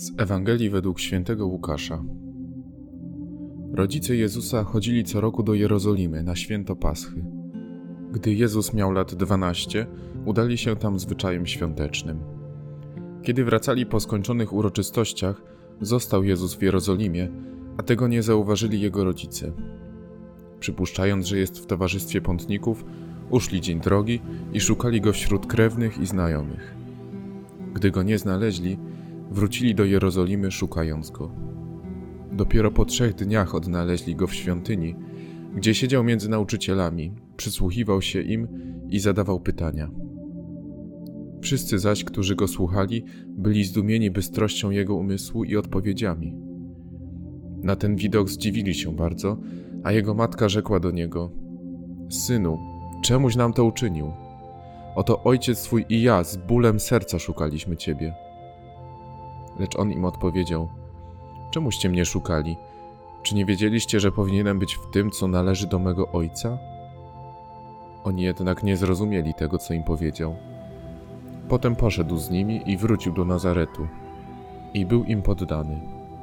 Z Ewangelii według świętego Łukasza. Rodzice Jezusa chodzili co roku do Jerozolimy na święto Paschy. Gdy Jezus miał lat 12, udali się tam zwyczajem świątecznym. Kiedy wracali po skończonych uroczystościach, został Jezus w Jerozolimie, a tego nie zauważyli jego rodzice. Przypuszczając, że jest w towarzystwie pątników, uszli dzień drogi i szukali go wśród krewnych i znajomych. Gdy go nie znaleźli, wrócili do Jerozolimy, szukając go. Dopiero po 3 dniach odnaleźli go w świątyni, gdzie siedział między nauczycielami, przysłuchiwał się im i zadawał pytania. Wszyscy zaś, którzy go słuchali, byli zdumieni bystrością jego umysłu i odpowiedziami. Na ten widok zdziwili się bardzo, a jego matka rzekła do niego: Synu, czemuś nam to uczynił? Oto ojciec twój i ja z bólem serca szukaliśmy ciebie. Lecz on im odpowiedział: Czemuście mnie szukali? Czy nie wiedzieliście, że powinienem być w tym, co należy do mego ojca? Oni jednak nie zrozumieli tego, co im powiedział. Potem poszedł z nimi i wrócił do Nazaretu. I był im poddany.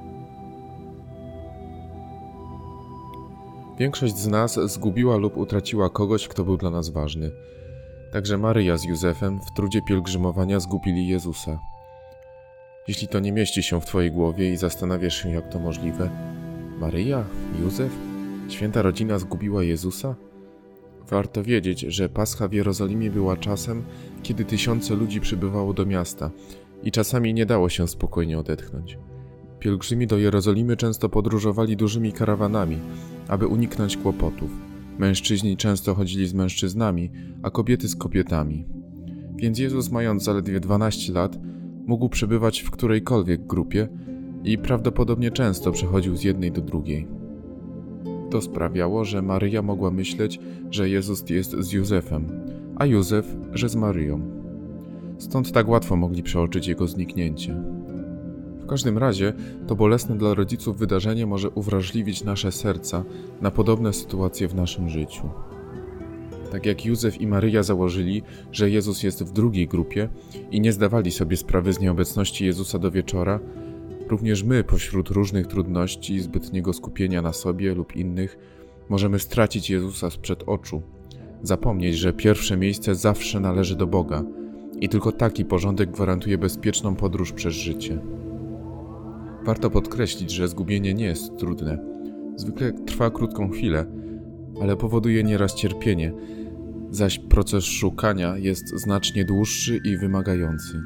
Większość z nas zgubiła lub utraciła kogoś, kto był dla nas ważny. Także Maryja z Józefem w trudzie pielgrzymowania zgubili Jezusa. Jeśli to nie mieści się w twojej głowie i zastanawiasz się, jak to możliwe, Maryja, Józef, święta rodzina zgubiła Jezusa? Warto wiedzieć, że Pascha w Jerozolimie była czasem, kiedy tysiące ludzi przybywało do miasta i czasami nie dało się spokojnie odetchnąć. Pielgrzymi do Jerozolimy często podróżowali dużymi karawanami, aby uniknąć kłopotów. Mężczyźni często chodzili z mężczyznami, a kobiety z kobietami. Więc Jezus, mając zaledwie 12 lat, mógł przebywać w którejkolwiek grupie i prawdopodobnie często przechodził z jednej do drugiej. To sprawiało, że Maryja mogła myśleć, że Jezus jest z Józefem, a Józef, że z Maryją. Stąd tak łatwo mogli przeoczyć jego zniknięcie. W każdym razie to bolesne dla rodziców wydarzenie może uwrażliwić nasze serca na podobne sytuacje w naszym życiu. Tak jak Józef i Maryja założyli, że Jezus jest w drugiej grupie i nie zdawali sobie sprawy z nieobecności Jezusa do wieczora, również my pośród różnych trudności i zbytniego skupienia na sobie lub innych możemy stracić Jezusa sprzed oczu, zapomnieć, że pierwsze miejsce zawsze należy do Boga i tylko taki porządek gwarantuje bezpieczną podróż przez życie. Warto podkreślić, że zgubienie nie jest trudne. Zwykle trwa krótką chwilę, ale powoduje nieraz cierpienie, zaś proces szukania jest znacznie dłuższy i wymagający.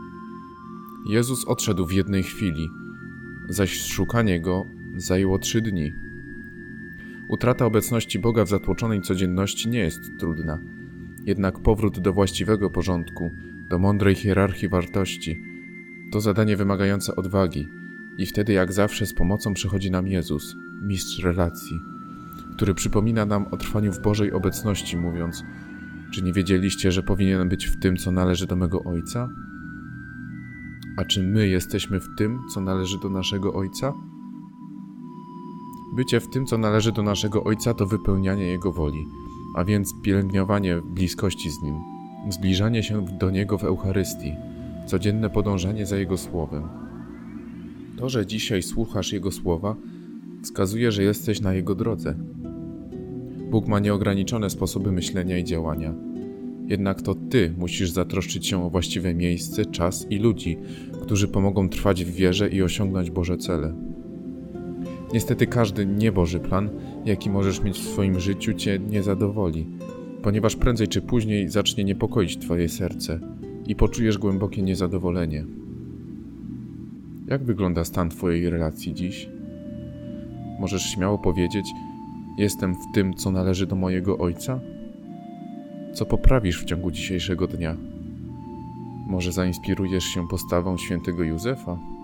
Jezus odszedł w jednej chwili, zaś szukanie Go zajęło 3 dni. Utrata obecności Boga w zatłoczonej codzienności nie jest trudna, jednak powrót do właściwego porządku, do mądrej hierarchii wartości, to zadanie wymagające odwagi i wtedy jak zawsze z pomocą przychodzi nam Jezus, mistrz relacji, który przypomina nam o trwaniu w Bożej obecności, mówiąc: Czy nie wiedzieliście, że powinienem być w tym, co należy do mego Ojca? A czy my jesteśmy w tym, co należy do naszego Ojca? Bycie w tym, co należy do naszego Ojca, to wypełnianie Jego woli, a więc pielęgnowanie bliskości z Nim, zbliżanie się do Niego w Eucharystii, codzienne podążanie za Jego Słowem. To, że dzisiaj słuchasz Jego Słowa, wskazuje, że jesteś na Jego drodze. Bóg ma nieograniczone sposoby myślenia i działania. Jednak to Ty musisz zatroszczyć się o właściwe miejsce, czas i ludzi, którzy pomogą trwać w wierze i osiągnąć Boże cele. Niestety każdy nieboży plan, jaki możesz mieć w swoim życiu, Cię nie zadowoli, ponieważ prędzej czy później zacznie niepokoić Twoje serce i poczujesz głębokie niezadowolenie. Jak wygląda stan Twojej relacji dziś? Możesz śmiało powiedzieć: Jestem w tym, co należy do mojego Ojca? Co poprawisz w ciągu dzisiejszego dnia? Może zainspirujesz się postawą świętego Józefa?